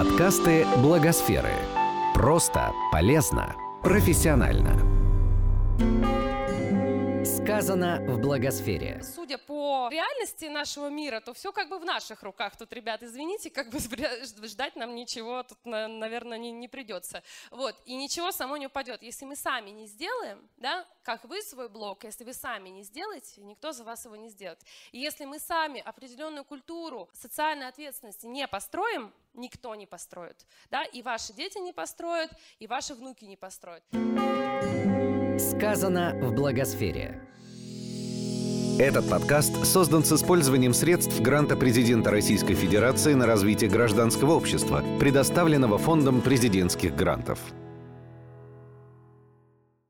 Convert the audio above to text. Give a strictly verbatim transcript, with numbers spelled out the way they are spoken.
Подкасты Благосферы. Просто, полезно, профессионально. Сказано в Благосфере. Судя по реальности нашего мира, то все как бы в наших руках. Тут, ребят, извините, как бы ждать нам ничего тут, наверное, не, не придется. Вот. И ничего само не упадет. Если мы сами не сделаем, да, как вы свой блог, если вы сами не сделаете, никто за вас его не сделает. И если мы сами определенную культуру социальной ответственности не построим, никто не построит. Да? И ваши дети не построят, и ваши внуки не построят. Сказано в Благосфере. Этот подкаст создан с использованием средств гранта президента Российской Федерации на развитие гражданского общества, предоставленного Фондом президентских грантов.